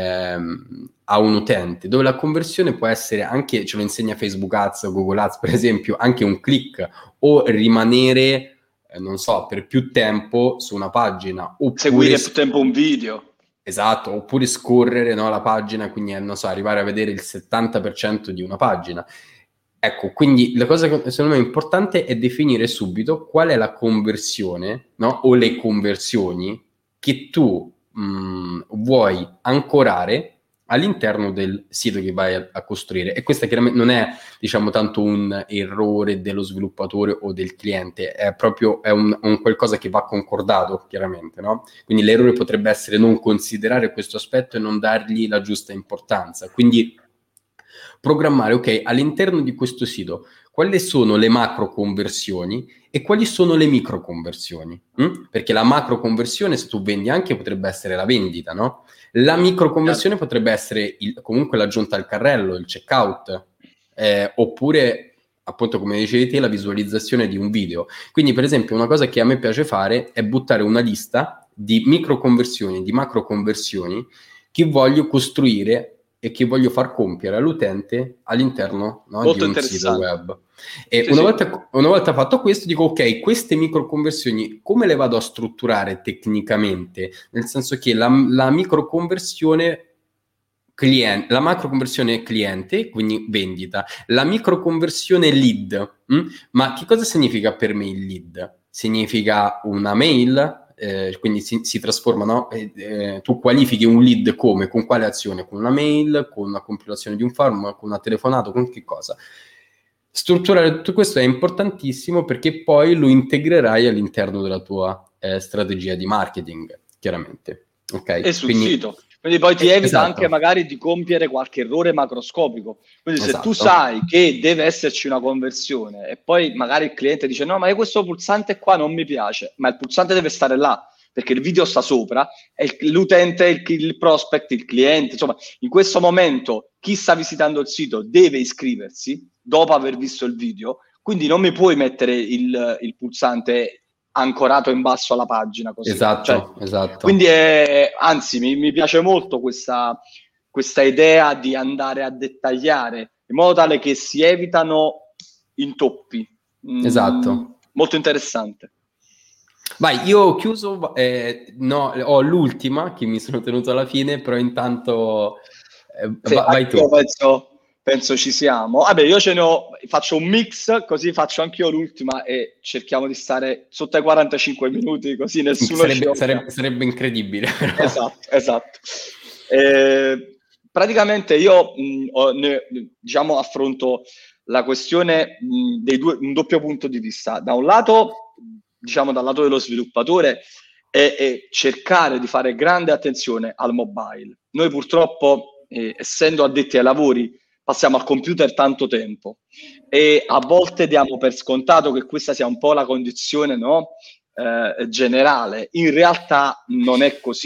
a un utente, dove la conversione può essere anche, ce lo insegna Facebook Ads o Google Ads per esempio, anche un click o rimanere, non so, per più tempo su una pagina, oppure
seguire più tempo un video.
Esatto, oppure scorrere, no, la pagina, quindi non so, arrivare a vedere il 70% di una pagina. Ecco, quindi la cosa che secondo me è importante è definire subito qual è la conversione, no, o le conversioni che tu vuoi ancorare all'interno del sito che vai a costruire. E questa chiaramente non è, diciamo, tanto un errore dello sviluppatore o del cliente, è proprio un qualcosa che va concordato, chiaramente, no? Quindi l'errore potrebbe essere non considerare questo aspetto e non dargli la giusta importanza. Quindi programmare, ok, all'interno di questo sito, quali sono le macro conversioni e quali sono le micro conversioni? Perché la macro conversione, se tu vendi anche, potrebbe essere la vendita, no? La micro conversione potrebbe essere comunque l'aggiunta al carrello, il checkout, oppure, appunto, come dicevi te, la visualizzazione di un video. Quindi, per esempio, una cosa che a me piace fare è buttare una lista di micro conversioni, di macro conversioni che voglio costruire e che voglio far compiere all'utente all'interno, no, di un sito web. E una volta fatto questo, dico, ok, queste micro conversioni come le vado a strutturare tecnicamente? Nel senso che la micro conversione cliente, la macro conversione cliente, quindi vendita, la micro conversione lead. Ma che cosa significa per me il lead? Significa una mail, quindi si trasforma, no? Tu qualifichi un lead come? Con quale azione? Con una mail, con una compilazione di un form, con una telefonata, con che cosa? Strutturare tutto questo è importantissimo perché poi lo integrerai all'interno della tua strategia di marketing, chiaramente. Okay?
E sul sito. Quindi poi ti evita anche magari di compiere qualche errore macroscopico. Quindi se tu sai che deve esserci una conversione e poi magari il cliente dice no, ma io questo pulsante qua non mi piace, ma il pulsante deve stare là perché il video sta sopra e l'utente, il prospect, il cliente, insomma, in questo momento chi sta visitando il sito deve iscriversi dopo aver visto il video, quindi non mi puoi mettere il pulsante ancorato in basso alla pagina così.
Esatto.
Quindi anzi mi piace molto questa idea di andare a dettagliare in modo tale che si evitano intoppi.
Esatto.
Molto interessante.
Vai, io ho chiuso, no, ho l'ultima che mi sono tenuto alla fine, però intanto vai tu.
Io penso ci siamo. Vabbè, io faccio un mix, così faccio anche io l'ultima e cerchiamo di stare sotto ai 45 minuti, così nessuno
sarebbe incredibile. Però.
Esatto. Praticamente io diciamo affronto la questione un doppio punto di vista. Da un lato, diciamo dal lato dello sviluppatore, è cercare di fare grande attenzione al mobile. Noi purtroppo, essendo addetti ai lavori, passiamo al computer tanto tempo e a volte diamo per scontato che questa sia un po' la condizione, no? Generale. In realtà non è così.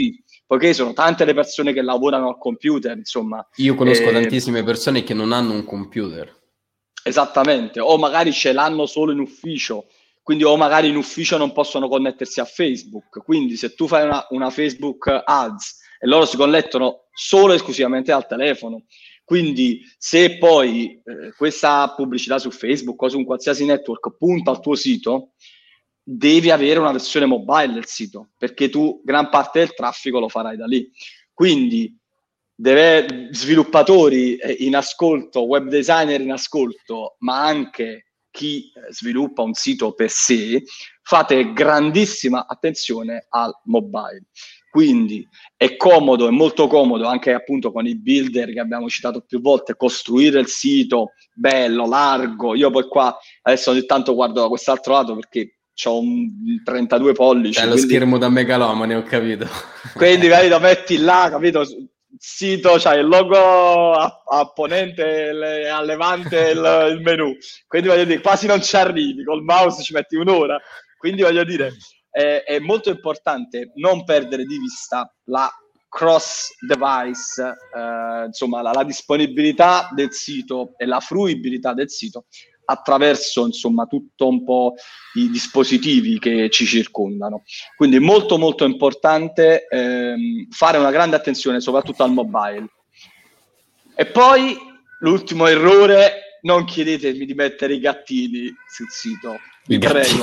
poiché sono tante le persone che lavorano al computer, insomma.
Io conosco tantissime persone che non hanno un computer.
Esattamente, o magari ce l'hanno solo in ufficio, quindi o magari in ufficio non possono connettersi a Facebook, quindi se tu fai una Facebook Ads e loro si connettono solo e esclusivamente al telefono, quindi se poi questa pubblicità su Facebook o su un qualsiasi network punta al tuo sito, devi avere una versione mobile del sito, perché tu gran parte del traffico lo farai da lì. Quindi sviluppatori in ascolto, web designer in ascolto, ma anche chi sviluppa un sito per sé, fate grandissima attenzione al mobile. Quindi è comodo, è molto comodo anche appunto con i builder che abbiamo citato più volte, costruire il sito bello, largo. Io poi qua adesso ogni tanto guardo da quest'altro lato perché c'ho un 32 pollici.
C'è lo schermo da megalomane, ho capito.
Quindi lo metti là, capito? Sito, c'hai il logo a ponente, a levante il menu. Quindi voglio dire, quasi non ci arrivi, col mouse ci metti un'ora. Quindi voglio dire, è molto importante non perdere di vista la cross device, insomma la disponibilità del sito e la fruibilità del sito attraverso insomma tutto un po' i dispositivi che ci circondano. Quindi molto molto importante fare una grande attenzione soprattutto al mobile. E poi l'ultimo errore, non chiedetemi di mettere i gattini sul sito, vi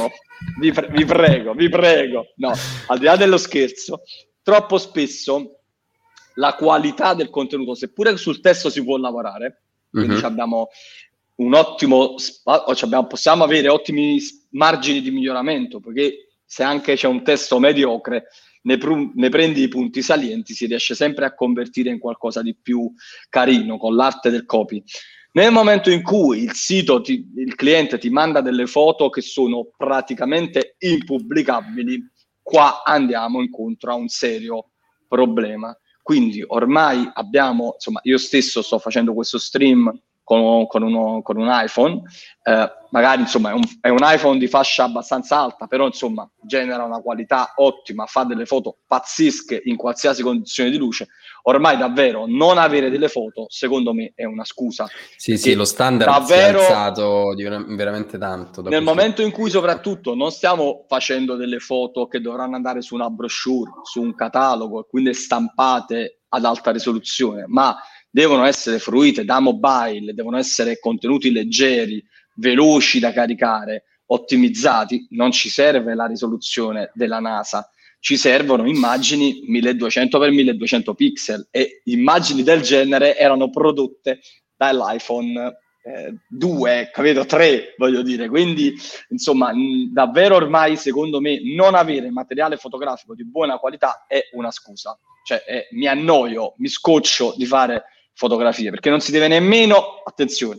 prego. No, al di là dello scherzo, troppo spesso la qualità del contenuto, seppure sul testo si può lavorare, quindi abbiamo un ottimo possiamo avere ottimi margini di miglioramento, perché se anche c'è un testo mediocre ne prendi i punti salienti, si riesce sempre a convertire in qualcosa di più carino con l'arte del copy. Nel momento in cui il cliente ti manda delle foto che sono praticamente impubblicabili, qua andiamo incontro a un serio problema. Quindi ormai abbiamo, insomma, io stesso sto facendo questo stream con un iPhone, magari insomma è un iPhone di fascia abbastanza alta, però insomma genera una qualità ottima, fa delle foto pazzesche in qualsiasi condizione di luce. Ormai davvero non avere delle foto, secondo me, è una scusa.
Sì, lo standard davvero, si è alzato veramente tanto.
Nel momento in cui soprattutto non stiamo facendo delle foto che dovranno andare su una brochure, su un catalogo, e quindi stampate ad alta risoluzione, ma devono essere fruite da mobile, devono essere contenuti leggeri, veloci da caricare, ottimizzati. Non ci serve la risoluzione della NASA, ci servono immagini 1200x1200 pixel, e immagini del genere erano prodotte dall'iPhone 2, capito? 3, voglio dire. Quindi, insomma, davvero ormai, secondo me, non avere materiale fotografico di buona qualità è una scusa. Cioè, mi annoio, mi scoccio di fare fotografie, perché non si deve nemmeno, attenzione,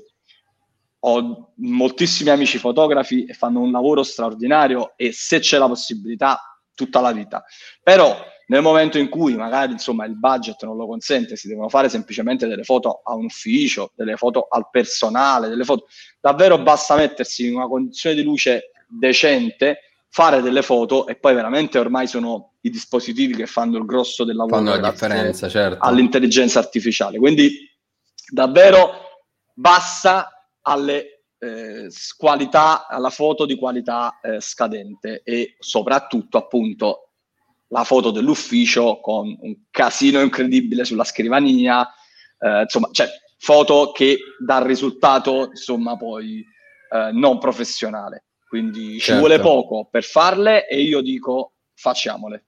ho moltissimi amici fotografi e fanno un lavoro straordinario, e se c'è la possibilità tutta la vita, però nel momento in cui magari insomma il budget non lo consente, si devono fare semplicemente delle foto a un ufficio, delle foto al personale, delle foto, davvero basta mettersi in una condizione di luce decente, fare delle foto, e poi veramente ormai sono i dispositivi che fanno il grosso del lavoro,
fanno la differenza, certo,
all'intelligenza artificiale. Quindi davvero basta alle qualità, alla foto di qualità scadente, e soprattutto appunto la foto dell'ufficio con un casino incredibile sulla scrivania, insomma, cioè foto che dà il risultato insomma poi non professionale. Quindi ci vuole poco per farle, e io dico facciamole.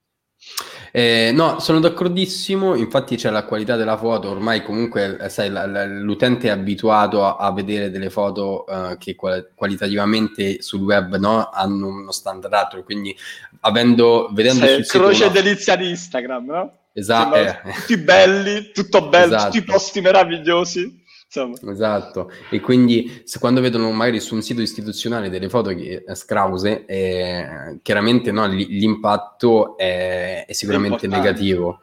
No, sono d'accordissimo, infatti c'è la qualità della foto, ormai comunque sai, l'utente è abituato a vedere delle foto che qualitativamente sul web, no, hanno uno standard alto, quindi vedendo sul sito
croce delizia di Instagram, no?
Esatto,
tutti belli, tutto bello, esatto, tutti posti meravigliosi. Insomma.
Esatto, e quindi quando vedono magari su un sito istituzionale delle foto che scrause, chiaramente no, l'impatto è sicuramente negativo.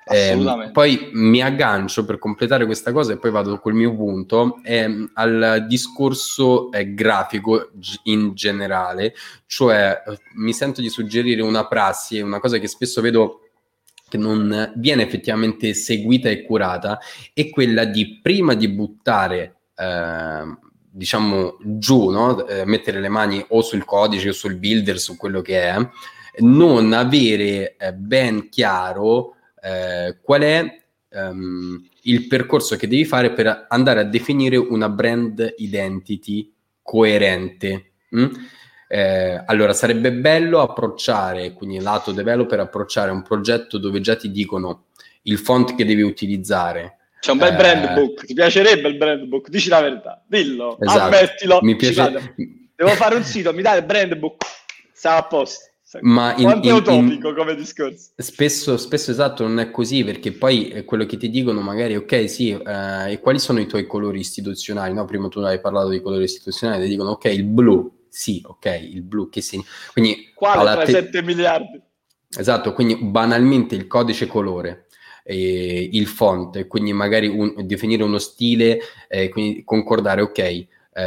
Poi mi aggancio per completare questa cosa, e poi vado col mio punto, al discorso grafico in generale, cioè mi sento di suggerire una prassi, una cosa che spesso vedo che non viene effettivamente seguita e curata, è quella di prima di buttare diciamo giù, no? Mettere le mani o sul codice o sul builder, su quello che è, non avere ben chiaro qual è il percorso che devi fare per andare a definire una brand identity coerente. Allora sarebbe bello approcciare, quindi lato developer, approcciare un progetto dove già ti dicono il font che devi utilizzare.
C'è un bel brand book, ti piacerebbe il brand book? Dici la verità, dillo,
esatto.
ammettilo.
Mi piace...
Devo fare un sito, mi dai il brand book, siamo a posto.
Ma
quanto è utopico come discorso.
Spesso esatto, non è così, perché poi quello che ti dicono magari, ok, sì, e quali sono i tuoi colori istituzionali? No? Prima tu hai parlato di colori istituzionali, ti dicono, ok, il blu, sì, ok, il blu, che significa? Quindi,
quale tra i 7 miliardi?
Esatto, quindi banalmente il codice colore, il font, quindi magari definire uno stile, quindi concordare, ok,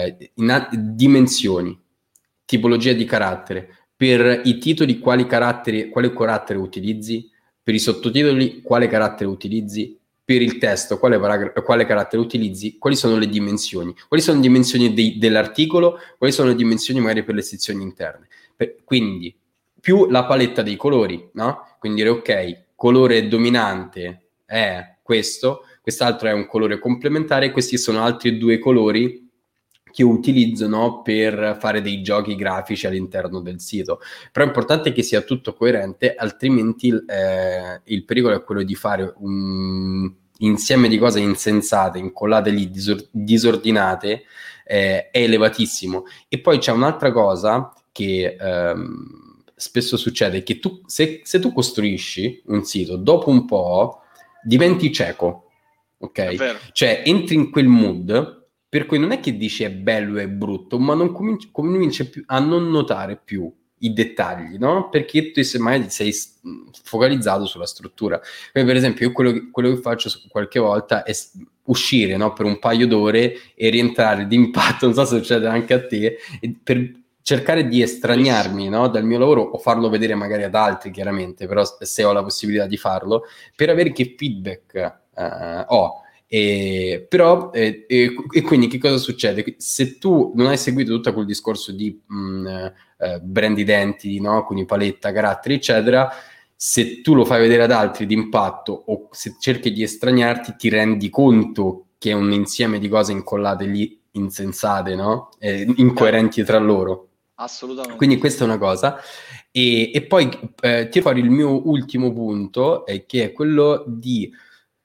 dimensioni, tipologia di carattere, per i titoli quale carattere utilizzi, per i sottotitoli quale carattere utilizzi, per il testo quale carattere utilizzi, quali sono le dimensioni, dell'articolo, quali sono le dimensioni magari per le sezioni interne. Quindi più la paletta dei colori, no? Quindi dire ok, colore dominante è questo, quest'altro è un colore complementare, questi sono altri due colori che utilizzano per fare dei giochi grafici all'interno del sito. Però è importante che sia tutto coerente, altrimenti il pericolo è quello di fare un insieme di cose insensate, incollate lì, disordinate, è elevatissimo. E poi c'è un'altra cosa che spesso succede, che tu, se tu costruisci un sito, dopo un po' diventi cieco, ok? Cioè entri in quel mood per cui non è che dici è bello e brutto, ma non cominci più a non notare più i dettagli, no? Perché tu magari sei focalizzato sulla struttura. Come per esempio io quello che faccio qualche volta è uscire, no? Per un paio d'ore e rientrare d'impatto, non so se succede anche a te, per cercare di estraniarmi, no? Dal mio lavoro o farlo vedere magari ad altri, chiaramente, però se ho la possibilità di farlo, per avere che feedback ho. E quindi che cosa succede? Se tu non hai seguito tutto quel discorso di brand identity, no? Quindi paletta, caratteri, eccetera, se tu lo fai vedere ad altri d'impatto o se cerchi di estraniarti, ti rendi conto che è un insieme di cose incollate lì insensate, no? Incoerenti tra loro.
Assolutamente.
Quindi questa è una cosa. E poi tiro fuori il mio ultimo punto, che è quello di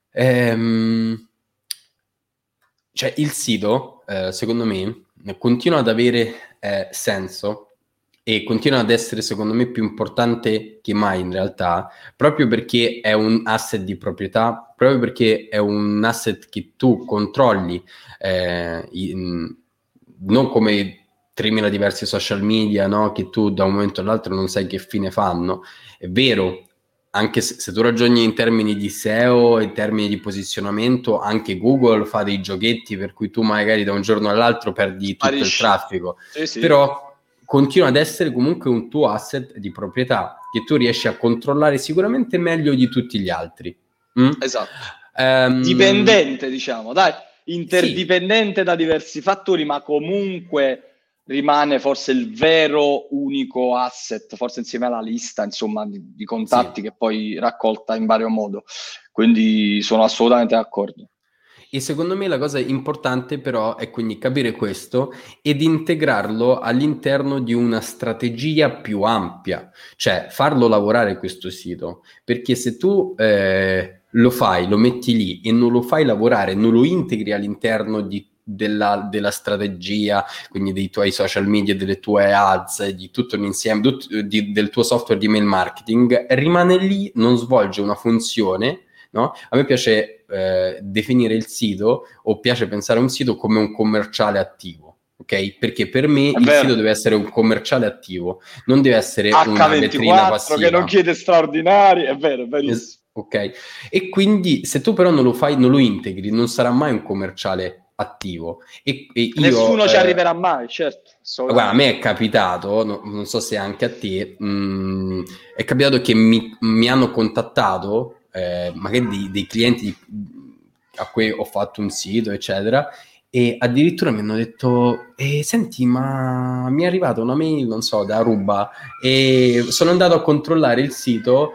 cioè il sito, secondo me, continua ad avere senso e continua ad essere, secondo me, più importante che mai in realtà, proprio perché è un asset di proprietà, proprio perché è un asset che tu controlli, non come 3.000 diversi social media, no? Che tu da un momento all'altro non sai che fine fanno. È vero, anche se tu ragioni in termini di SEO, in termini di posizionamento, anche Google fa dei giochetti per cui tu magari da un giorno all'altro perdi tutto il traffico. Sì. Però continua ad essere comunque un tuo asset di proprietà che tu riesci a controllare sicuramente meglio di tutti gli altri.
Esatto. Dipendente, diciamo, dai, interdipendente da diversi fattori, ma comunque rimane forse il vero unico asset, forse insieme alla lista, insomma, di contatti che poi raccolta in vario modo. Quindi sono assolutamente d'accordo.
E secondo me la cosa importante però è quindi capire questo ed integrarlo all'interno di una strategia più ampia, cioè farlo lavorare questo sito, perché se tu lo fai, lo metti lì e non lo fai lavorare, non lo integri all'interno della strategia, quindi dei tuoi social media, delle tue ads, di tutto l'insieme, del tuo software di mail marketing, rimane lì, non svolge una funzione, no? A me piace definire il sito, o piace pensare a un sito come un commerciale attivo, ok? Perché per me il sito deve essere un commerciale attivo, non deve essere una vetrina passiva.
che non chiede straordinari, è vero, è verissimo.
Ok, e quindi se tu però non lo fai, non lo integri, non sarà mai un commerciale attivo. E
nessuno ci arriverà mai, certo.
Guarda, a me è capitato, non so se anche a te, è capitato che mi hanno contattato, magari dei clienti a cui ho fatto un sito, eccetera, e addirittura mi hanno detto, senti, ma mi è arrivata una mail, non so, da Aruba, e sono andato a controllare il sito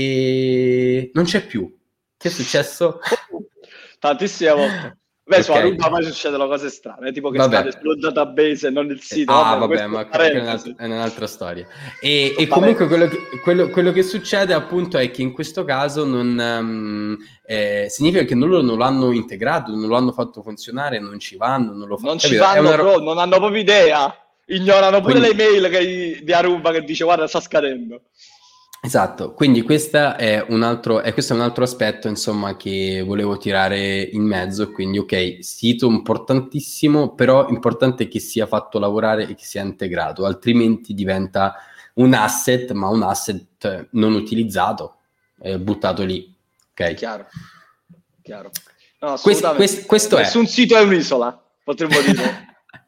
e non c'è più. Che è successo?
Tantissime volte. Beh, su
Ok.
Aruba poi succedono cose strane, tipo che
Vabbè.
scade sullo database e non il sito.
Vabbè,
Vabbè,
ma
questa
quella è un'altra storia. E comunque quello che succede appunto è che in questo caso significa che non l'hanno integrato, non lo hanno fatto funzionare, non ci vanno, non lo fanno.
Non ci vanno, bro, non hanno proprio idea. Ignorano pure le mail di Aruba che dice guarda sta scadendo.
Esatto, quindi questo è un altro aspetto, insomma, che volevo tirare in mezzo. Quindi, ok, sito importantissimo, però importante che sia fatto lavorare e che sia integrato, altrimenti diventa un asset, ma un asset non utilizzato, buttato lì. Ok?
Chiaro. No, assolutamente.
Questo
Nessun
è.
sito è un'isola, potremmo dire.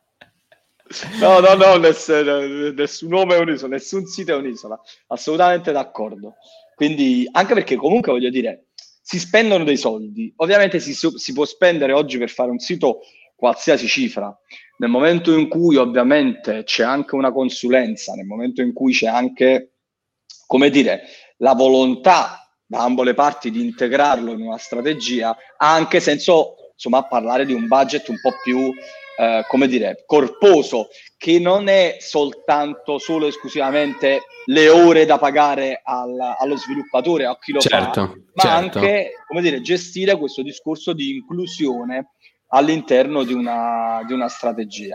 No, nessun uomo è un'isola, nessun sito è un'isola, assolutamente d'accordo. Quindi, anche perché comunque voglio dire, si spendono dei soldi, ovviamente si può spendere oggi per fare un sito qualsiasi cifra, nel momento in cui ovviamente c'è anche una consulenza, nel momento in cui c'è anche, come dire, la volontà da ambo le parti di integrarlo in una strategia, ha anche senso, insomma, parlare di un budget un po' più come dire, corposo, che non è soltanto solo esclusivamente le ore da pagare allo sviluppatore o a chi lo fa, ma anche, come dire, gestire questo discorso di inclusione all'interno di una strategia.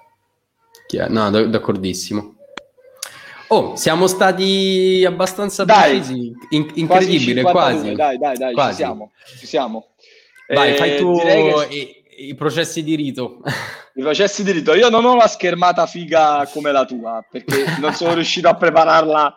No, d'accordissimo. Oh, siamo stati abbastanza precisi, incredibile, quasi.
Dai, ci siamo.
Vai, fai tu
che
i processi di rito.
I processi di rito. Io non ho una schermata figa come la tua, perché non sono riuscito a prepararla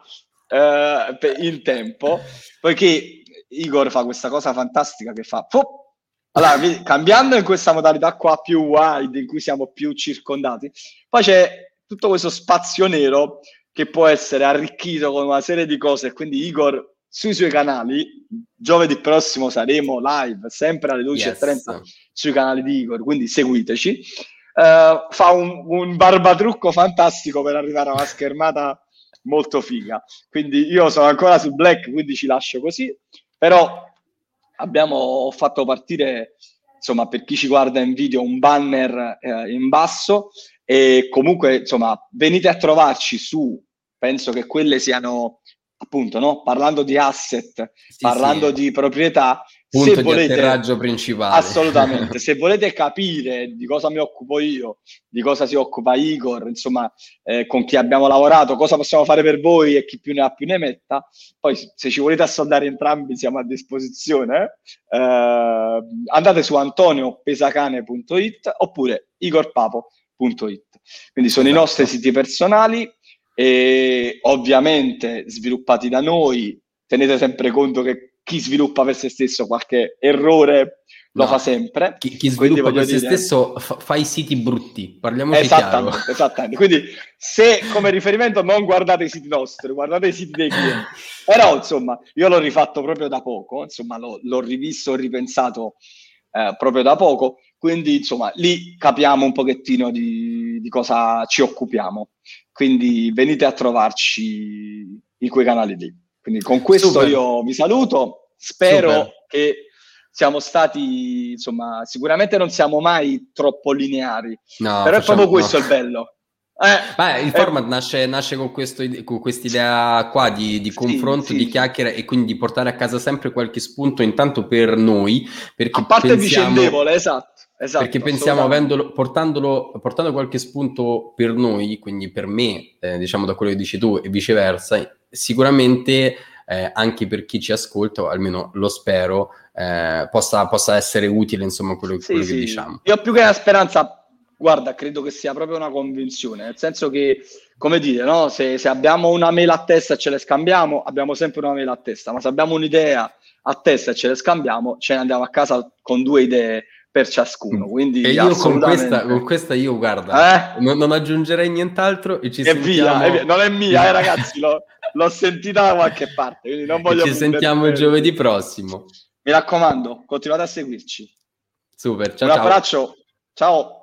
in tempo, poiché Igor fa questa cosa fantastica che fa... Allora, cambiando in questa modalità qua più wide, in cui siamo più circondati, poi c'è tutto questo spazio nero che può essere arricchito con una serie di cose, quindi Igor sui suoi canali, giovedì prossimo saremo live, sempre alle 12:30 sui canali di Igor, quindi seguiteci. Fa un barbatrucco fantastico per arrivare a una schermata molto figa, quindi io sono ancora su Black, quindi ci lascio così, però abbiamo fatto partire, insomma, per chi ci guarda in video, un banner in basso, e comunque, insomma, venite a trovarci penso che quelle siano, appunto, no? Parlando di asset, parlando di proprietà,
punto di atterraggio principale.
Assolutamente, se volete capire di cosa mi occupo io, di cosa si occupa Igor, insomma, con chi abbiamo lavorato, cosa possiamo fare per voi e chi più ne ha più ne metta, poi se ci volete assoldare entrambi siamo a disposizione, andate su antoniopesacane.it oppure igorpapo.it, quindi sono i nostri siti personali, e ovviamente sviluppati da noi. Tenete sempre conto che chi sviluppa per se stesso qualche errore lo fa sempre.
Chi sviluppa per se stesso fa i siti brutti, parliamoci chiaro.
Esattamente. Quindi se come riferimento non guardate i siti nostri, guardate i siti dei clienti. Però insomma, io l'ho rifatto proprio da poco, insomma l'ho rivisto, ho ripensato proprio da poco, quindi insomma lì capiamo un pochettino di cosa ci occupiamo. Quindi venite a trovarci in quei canali lì. Quindi con questo io vi saluto, spero che siamo stati, insomma, sicuramente non siamo mai troppo lineari, però è proprio questo il bello.
Il format nasce con quest'idea qua di confronto, di chiacchiera, e quindi di portare a casa sempre qualche spunto intanto per noi, perché
a parte vicendevole, esatto,
perché pensiamo, portando qualche spunto per noi, quindi per me, diciamo da quello che dici tu e viceversa, sicuramente anche per chi ci ascolta, o almeno lo spero, possa essere utile, insomma, quello che diciamo.
Io più che una speranza, guarda, credo che sia proprio una convinzione, nel senso che, come dire, no? Se abbiamo una mail a testa e ce le scambiamo, abbiamo sempre una mail a testa, ma se abbiamo un'idea a testa e ce le scambiamo, ce ne andiamo a casa con 2 idee per ciascuno. Quindi
e io
assolutamente...
con questa io guarda, non aggiungerei nient'altro e ci sentiamo...
via. Non è mia, ragazzi, l'ho sentita da qualche parte, quindi non voglio...
E ci sentiamo giovedì prossimo.
Mi raccomando, continuate a seguirci.
Super, ciao
Un
ciao.
abbraccio, ciao.